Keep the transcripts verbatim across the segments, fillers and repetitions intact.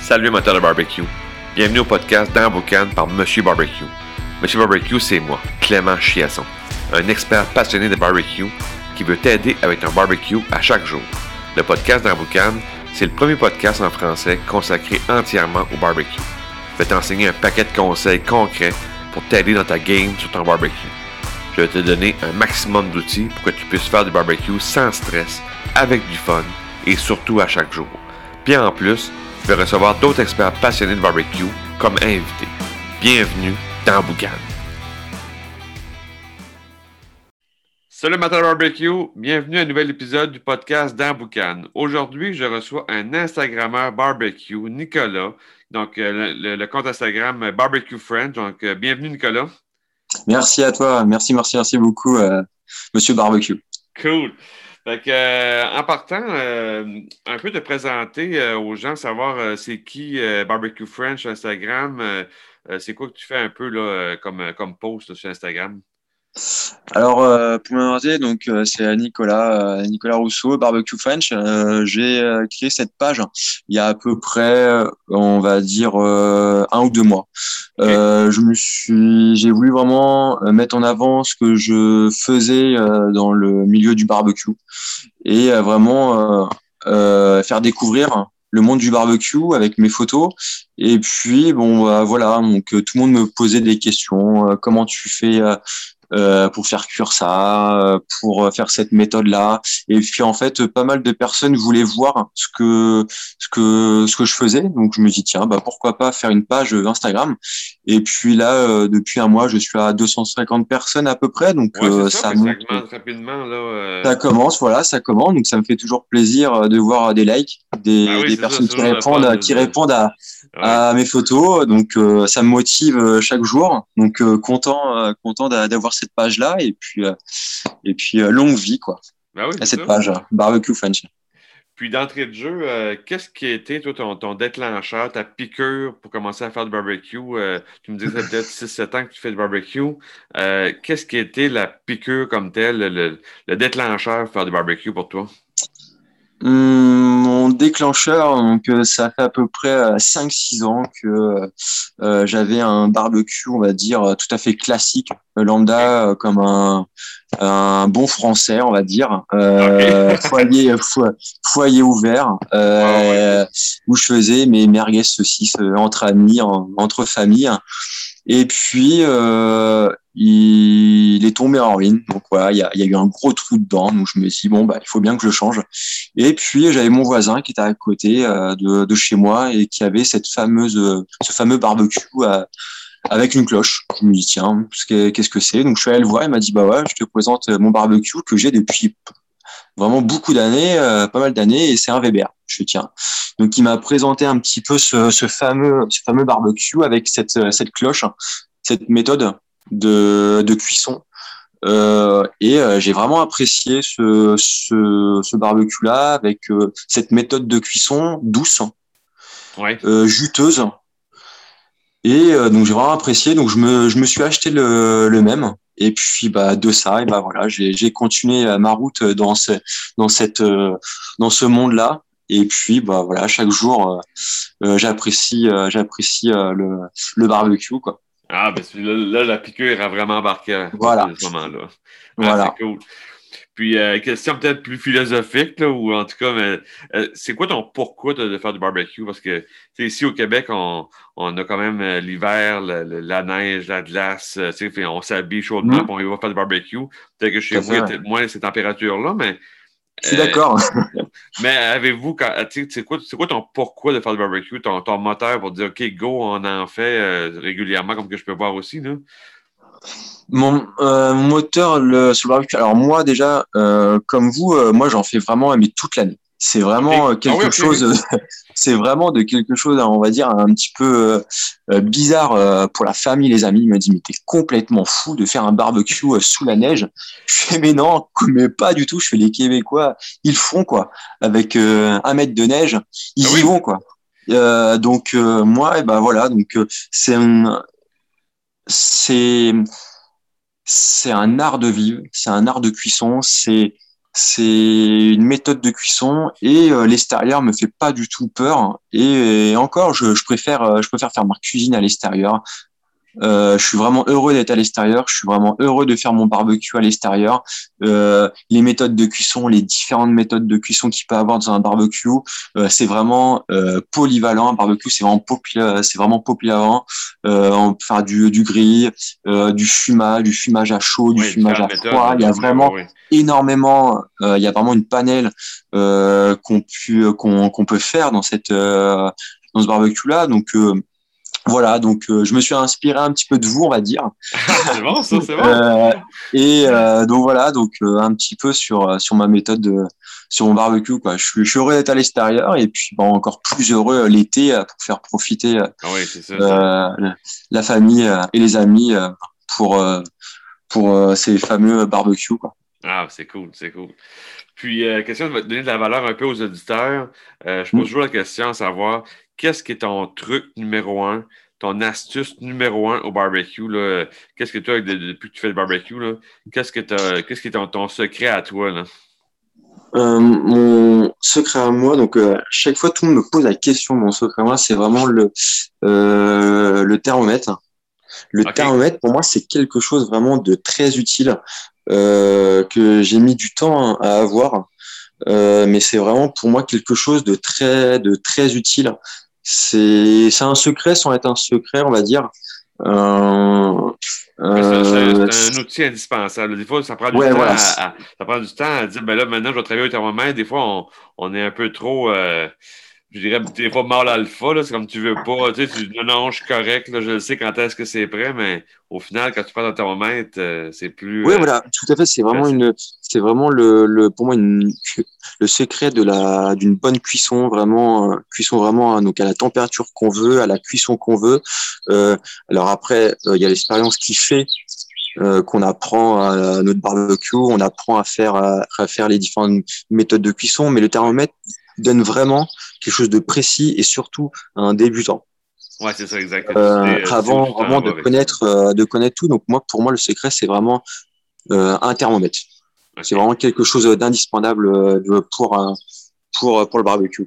Salut amateurs de barbecue. Bienvenue au podcast Dans la Boucane par Monsieur Barbecue. Monsieur Barbecue, c'est moi, Clément Chiasson, un expert passionné de barbecue qui veut t'aider avec ton barbecue à chaque jour. Le podcast Dans la Boucane, c'est le premier podcast en français consacré entièrement au barbecue. Je vais t'enseigner un paquet de conseils concrets pour t'aider dans ta game sur ton barbecue. Je vais te donner un maximum d'outils pour que tu puisses faire du barbecue sans stress, avec du fun et surtout à chaque jour. Puis en plus, je vais recevoir d'autres experts passionnés de barbecue comme invités. Bienvenue dans Boucane. Salut amateur de barbecue, bienvenue à un nouvel épisode du podcast Dans Boucane. Aujourd'hui, je reçois un Instagrammeur barbecue, Nicolas. Donc, euh, le, le, le compte Instagram Barbecue French. Donc, euh, bienvenue Nicolas. Merci à toi. Merci, merci, merci beaucoup, euh, Monsieur Barbecue. Cool. Fait que, euh, en partant, euh, un peu te présenter euh, aux gens, savoir euh, c'est qui euh, Barbecue French sur Instagram. Euh, euh, c'est quoi que tu fais un peu là, euh, comme, comme post là, sur Instagram? Alors, euh, pour me présenter, donc euh, c'est Nicolas, euh, Nicolas Rousseau, Barbecue French. Euh, j'ai euh, créé cette page il y a à peu près, on va dire, euh, un ou deux mois. Okay. Euh, je me suis, j'ai voulu vraiment mettre en avant ce que je faisais euh, dans le milieu du barbecue et euh, vraiment euh, euh, faire découvrir le monde du barbecue avec mes photos. Et puis, bon, bah, voilà, donc euh, tout le monde me posait des questions. Euh, comment tu fais euh, Euh, pour faire cuire ça, euh, pour faire cette méthode-là. Et puis en fait, pas mal de personnes voulaient voir ce que ce que ce que je faisais. Donc je me dis tiens, bah pourquoi pas faire une page Instagram. Et puis là, euh, depuis un mois, je suis à deux cent cinquante personnes à peu près. Donc ouais, euh, ça, ça ça monte. augmente rapidement là. Euh... Ça commence, voilà, ça commence. Donc ça me fait toujours plaisir de voir des likes, des, ah oui, des personnes ça, qui répondent, fun, qui de... répondent à ouais. à mes photos, donc euh, ça me motive chaque jour, donc euh, content euh, content d'avoir cette page là et puis euh, et puis euh, longue vie quoi ben oui, à cette ça. page Barbecue French. Puis d'entrée de jeu, euh, qu'est-ce qui a été toi ton, ton déclencheur, ta piqûre pour commencer à faire du barbecue? Euh, tu me disais ça fait peut-être six sept ans que tu fais du barbecue. Euh, qu'est-ce qui a été la piqûre comme telle, le, le déclencheur pour faire du barbecue pour toi? Hum, mon déclencheur, donc euh, ça fait à peu près cinq six ans que euh, j'avais un barbecue, on va dire, tout à fait classique, lambda, Okay. euh, comme un, un bon français, on va dire, euh, Okay. foyer, fo foyer ouvert, euh, ouais, ouais. où je faisais mes merguez saucisses euh, entre amis, en, entre familles. Et puis, euh, il est tombé en ruine. Donc voilà, il y a, il y a eu un gros trou dedans. Donc je me suis dit, bon, bah, il faut bien que je le change. Et puis, j'avais mon voisin qui était à côté euh, de, de chez moi et qui avait cette fameuse, euh, ce fameux barbecue euh, avec une cloche. Je me dis, tiens, qu'est-ce que c'est? Donc je suis allé le voir. Il m'a dit, bah ouais, je te présente mon barbecue que j'ai depuis vraiment beaucoup d'années, euh, pas mal d'années, et c'est un Weber. Je tiens. Donc il m'a présenté un petit peu ce, ce fameux, ce fameux barbecue avec cette, cette cloche, cette méthode de, de cuisson. Euh, et euh, j'ai vraiment apprécié ce, ce, ce barbecue-là avec euh, cette méthode de cuisson douce, Ouais. euh, juteuse. Et euh, donc j'ai vraiment apprécié. Donc je me, je me suis acheté le, le même. Et puis bah de ça, et bah voilà, j'ai, j'ai continué ma route dans ce, dans cette, euh, dans ce monde-là. Et puis bah voilà, chaque jour, euh, j'apprécie, euh, j'apprécie euh, le, le barbecue quoi. Ah, ben là, là, la piqûre a vraiment embarqué à partir Voilà, de ce moment-là. Ah, c'est voilà. cool. Puis, euh, question peut-être plus philosophique, là, ou en tout cas, mais euh, c'est quoi ton pourquoi de, de faire du barbecue? Parce que ici au Québec, on, on a quand même euh, l'hiver, le, le, la neige, la glace, euh, fait, on s'habille chaudement, Mmh, puis on y va faire du barbecue. Peut-être que chez tout à vous, fait, il y a ouais. peut-être moins ces températures-là, mais, Je suis euh, d'accord. mais avez-vous, quand, c'est quoi, c'est quoi ton pourquoi de faire du barbecue, ton, ton moteur pour dire, OK, go, on en fait euh, régulièrement, comme que je peux voir aussi, là? Mon euh, moteur le, sur le barbecue. Alors moi déjà, euh, comme vous, euh, moi j'en fais vraiment mais toute l'année. C'est OK. vraiment euh, Ah oui, quelque OK, OK. chose. C'est vraiment de quelque chose, on va dire un petit peu euh, bizarre euh, pour la famille, les amis. Il m'a dit mais t'es complètement fou de faire un barbecue euh, sous la neige. Je fais mais non, mais pas du tout. Je fais les Québécois, ils font quoi avec euh, un mètre de neige, Ben ils y oui. vont quoi. Euh, donc euh, moi, et ben voilà, donc euh, c'est un, c'est c'est un art de vivre, c'est un art de cuisson, c'est c'est une méthode de cuisson et euh, l'extérieur me fait pas du tout peur. Et, et encore, je, je préfère, euh, je préfère faire ma cuisine à l'extérieur. Euh, je suis vraiment heureux d'être à l'extérieur. Je suis vraiment heureux de faire mon barbecue à l'extérieur. Euh, les méthodes de cuisson, les différentes méthodes de cuisson qu'il peut y avoir dans un barbecue, euh, c'est vraiment euh, polyvalent. Un barbecue, c'est vraiment populaire, c'est vraiment polyvalent. Euh, on peut faire du, du grill, euh, du fumage, du fumage à chaud, du Oui, fumage différentes à méthodes, froid. là, Il y a tu veux, oui, vraiment oui. énormément. Euh, il y a vraiment une panel euh, qu'on pu, qu'on, qu'on peut faire dans cette euh, dans ce barbecue là. Donc euh, voilà, donc euh, je me suis inspiré un petit peu de vous, on va dire. Ah, c'est bon, ça, c'est bon. Euh, et euh, donc voilà, donc euh, un petit peu sur sur ma méthode de, sur mon barbecue quoi. Je suis, je suis heureux d'être à l'extérieur et puis bon, encore plus heureux euh, l'été euh, pour faire profiter Ah oui, c'est ça. C'est... euh, la famille euh, et les amis euh, pour euh, pour euh, ces fameux barbecues quoi. Ah, c'est cool, c'est cool. Puis, euh, question de te donner de la valeur un peu aux auditeurs. Euh, je pose Mm. toujours la question à savoir qu'est-ce qui est ton truc numéro un, ton astuce numéro un au barbecue, là? Qu'est-ce que toi, de- depuis que tu fais le barbecue, là, qu'est-ce que t'as, qu'est-ce qui est ton, ton secret à toi, là? Euh, mon secret à moi, donc euh, chaque fois tout le monde me pose la question, mon secret à moi, c'est vraiment le euh, le thermomètre. Le OK? thermomètre, pour moi, c'est quelque chose vraiment de très utile euh, que j'ai mis du temps à avoir, euh, mais c'est vraiment pour moi quelque chose de très, de très utile. C'est, c'est un secret sans être un secret, on va dire. Euh, Mais c'est c'est- euh, c'est un outil indispensable. Des fois, ça prend du ouais, temps voilà. à, à- ça prend du temps à dire, ben là, maintenant, je vais travailler au thermomètre. Des fois, on, on est un peu trop, euh, je dirais, des fois, mâle alpha, là, c'est comme tu veux pas. Tu sais, tu dis, non, non, je suis correct, là, je le sais quand est-ce que c'est prêt, mais au final, quand tu prends ton thermomètre, euh, c'est plus Ouais, euh, voilà, tout à fait. C'est vraiment facile. une, c'est vraiment le, le, pour moi une, le secret de la, d'une bonne cuisson, vraiment, euh, cuisson vraiment, hein, donc à la température qu'on veut, à la cuisson qu'on veut. Euh, alors après, euh, il y a l'expérience qui fait euh, qu'on apprend à notre barbecue, on apprend à faire, à, à faire les différentes méthodes de cuisson, mais le Ouais, thermomètre donne vraiment quelque chose de précis et surtout à un débutant. ouais, c'est ça, exact. Tu Euh, sais, euh, tu sais où avant tu t'en vraiment vas de avec ça. connaître, euh, de connaître tout. Donc moi, pour moi, le secret, c'est vraiment euh, un thermomètre. C'est OK. vraiment quelque chose d'indispensable euh, pour, euh, pour, pour le barbecue.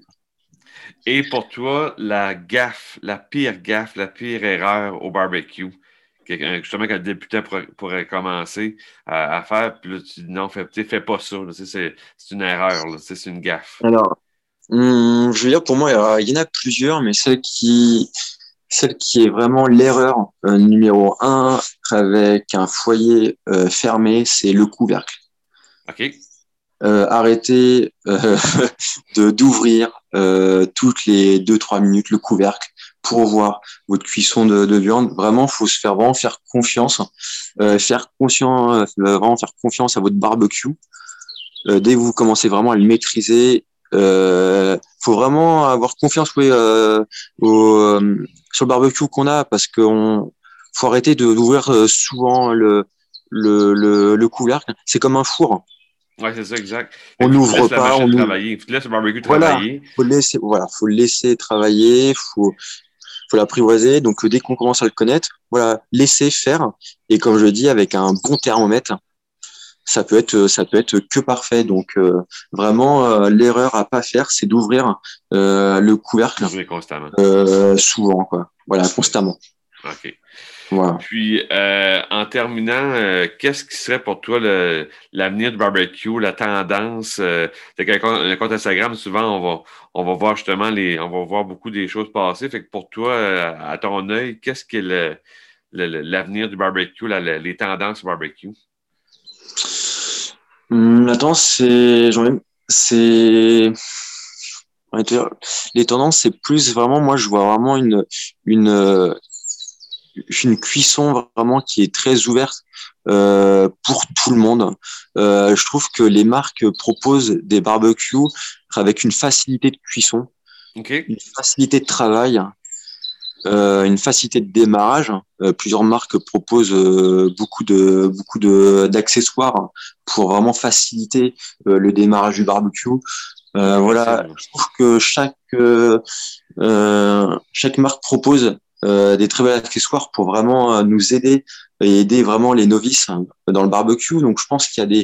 Et pour toi, la gaffe, la pire gaffe, la pire erreur au barbecue, que- justement qu'un débutant pourrait, pourrait commencer à, à faire, puis là, tu dis non, fais, tu sais, fais pas ça, là, tu sais, c'est c'est une erreur, là, tu sais, c'est une gaffe. Alors, hum, je veux dire, pour moi, il y, a- il y en a plusieurs, mais celle qui, celle qui est vraiment l'erreur euh, numéro un avec un foyer euh, fermé, c'est le couvercle. OK? Euh, arrêtez euh, de d'ouvrir euh, toutes les deux trois minutes le couvercle pour voir votre cuisson de, de viande. Vraiment, faut se faire vraiment faire confiance, euh, faire conscient, euh, vraiment faire confiance à votre barbecue. Euh, dès que vous commencez vraiment à le maîtriser, euh, faut vraiment avoir confiance oui, euh, au, euh, sur le barbecue qu'on a parce qu'on faut arrêter de d'ouvrir euh, souvent le le, le, le couvercle. C'est comme un four. Ouais, c'est ça, exact. Fait On que faut que tu n'ouvre laisses la pas, machine on ouvre. travailler, faut que tu laisses le barbecue Voilà, travailler. faut le laisser, voilà, faut le laisser travailler, faut, faut l'apprivoiser. Donc, euh, dès qu'on commence à le connaître, voilà, laisser faire. Et comme je dis, avec un bon thermomètre, ça peut être, ça peut être que parfait. Donc, euh, vraiment, euh, l'erreur à pas faire, c'est d'ouvrir euh, le couvercle L'ouvrir constamment. euh, souvent, quoi. Voilà, Ouais. constamment. OK. Voilà. Puis, euh, en terminant, euh, qu'est-ce qui serait pour toi le, l'avenir du barbecue, la tendance? Euh, fait qu'un compte, un compte Instagram, souvent, on va, on va voir justement les, on va voir beaucoup des choses passer. Fait que pour toi, euh, à ton œil, qu'est-ce qui est le, le- le- l'avenir du barbecue, la- la- les tendances au barbecue? Hum, attends, c'est, j'en ai- c'est, on va dire, les tendances, c'est plus vraiment, moi, je vois vraiment une, une, euh, une cuisson vraiment qui est très ouverte euh, pour tout le monde. Euh, je trouve que les marques proposent des barbecues avec une facilité de cuisson, OK? une facilité de travail, euh, une facilité de démarrage. Euh, plusieurs marques proposent euh, beaucoup de beaucoup de d'accessoires pour vraiment faciliter euh, le démarrage du barbecue. C'est Euh, plus voilà, facile. je trouve que chaque euh, euh, chaque marque propose euh, des très belles accessoires pour vraiment euh, nous aider et aider vraiment les novices hein, dans le barbecue. Donc je pense qu'il y a des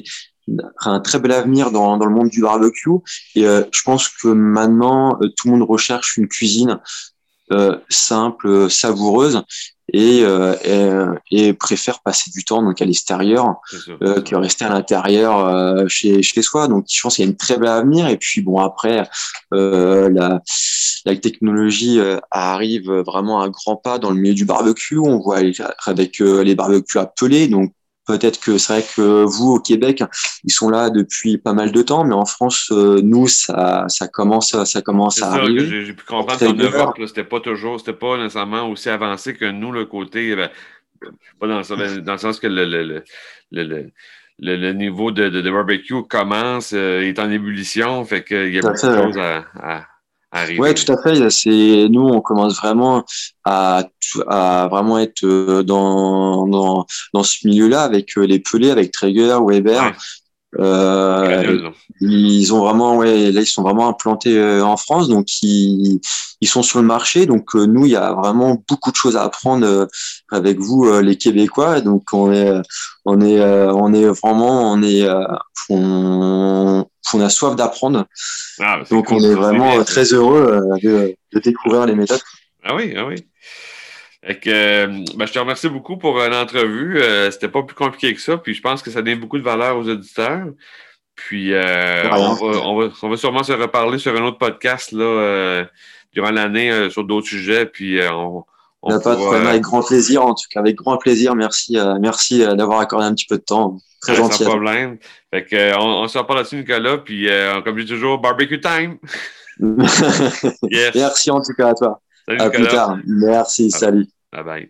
un très bel avenir dans, dans le monde du barbecue. Et euh, je pense que maintenant, euh, tout le monde recherche une cuisine euh, simple, savoureuse, et, euh, et, et préfère passer du temps donc à l'extérieur C'est ça, euh, c'est que ça. rester à l'intérieur euh, chez, chez soi. Donc je pense qu'il y a une très bel avenir. Et puis bon, après, euh, la, la technologie euh, arrive vraiment à grands pas dans le milieu du barbecue. On voit les- avec euh, les barbecues appelés. Donc peut-être que c'est vrai que vous, au Québec, ils sont là depuis pas mal de temps, mais en France, euh, nous, ça, ça commence, ça commence C'est à ça que arriver. j'ai j'ai pu Pour comprendre qu'en Traeger, Europe, là, c'était pas toujours, c'était pas nécessairement aussi avancé que nous, le côté, ben, pas dans, le sens- ben, dans le sens que le, le, le, le, le- le- le niveau de, de, de barbecue commence, euh, est en ébullition, fait qu'il y a tout à beaucoup de fait. Ouais. choses à, à, à Ouais, arriver. tout à fait. C'est nous, on commence vraiment à, à vraiment être euh, dans dans dans ce milieu-là avec euh, les pelés, avec Traeger, Weber. Ouais, les Euh, granules, là. ils ont vraiment, ouais, là, ils sont vraiment implantés euh, en France, donc ils, ils sont sur le marché. Donc euh, nous, il y a vraiment beaucoup de choses à apprendre euh, avec vous, euh, les Québécois. Donc on est, on est, euh, on est vraiment, on est, euh, on, on a soif d'apprendre. Ah, ben, c'est Donc on cool, est ça, c'est vraiment bien, euh, ça. très heureux euh, de, de découvrir les méthodes. Ah oui, ah oui. Fait que, euh, ben, je te remercie beaucoup pour euh, l'entrevue. Euh, c'était pas plus compliqué que ça, puis je pense que ça donne beaucoup de valeur aux auditeurs. Puis De euh, on rien. va, on va, on va sûrement se reparler sur un autre podcast là, euh, durant l'année euh, sur d'autres sujets. Puis euh, on, Il on n'y a pas de pourra. problème, Euh, avec grand plaisir. En tout cas, avec grand plaisir. Merci, euh, merci euh, d'avoir accordé un petit peu de temps. Très ouais, sans gentil à toi. problème. Fait que, euh, on, on se reparle là-dessus, Nicolas. Puis euh, comme je dis toujours, barbecue time. Yes. Merci en tout cas à toi. Salut, À plus Nicolas. tard. Merci, salut. Bye bye.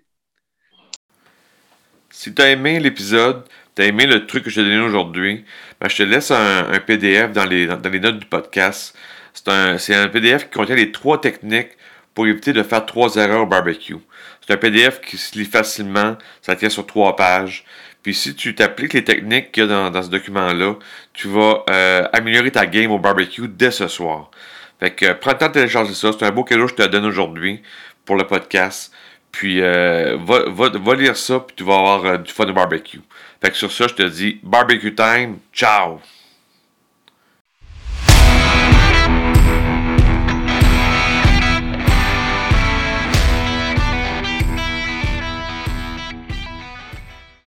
Si tu as aimé l'épisode, tu as aimé le truc que je t'ai donné aujourd'hui, ben, je te laisse un, un P D F dans les, dans les notes du podcast. C'est un, c'est un P D F qui contient les trois techniques pour éviter de faire trois erreurs au barbecue. C'est un P D F qui se lit facilement, ça tient sur trois pages. Puis si tu t'appliques les techniques qu'il y a dans, dans ce document-là, tu vas euh, améliorer ta game au barbecue dès ce soir. Fait que euh, prends le temps de télécharger ça. C'est un beau cadeau que je te donne aujourd'hui pour le podcast. Puis euh, va, va, va lire ça, puis tu vas avoir euh, du fun au barbecue. Fait que sur ça, je te dis barbecue time, ciao!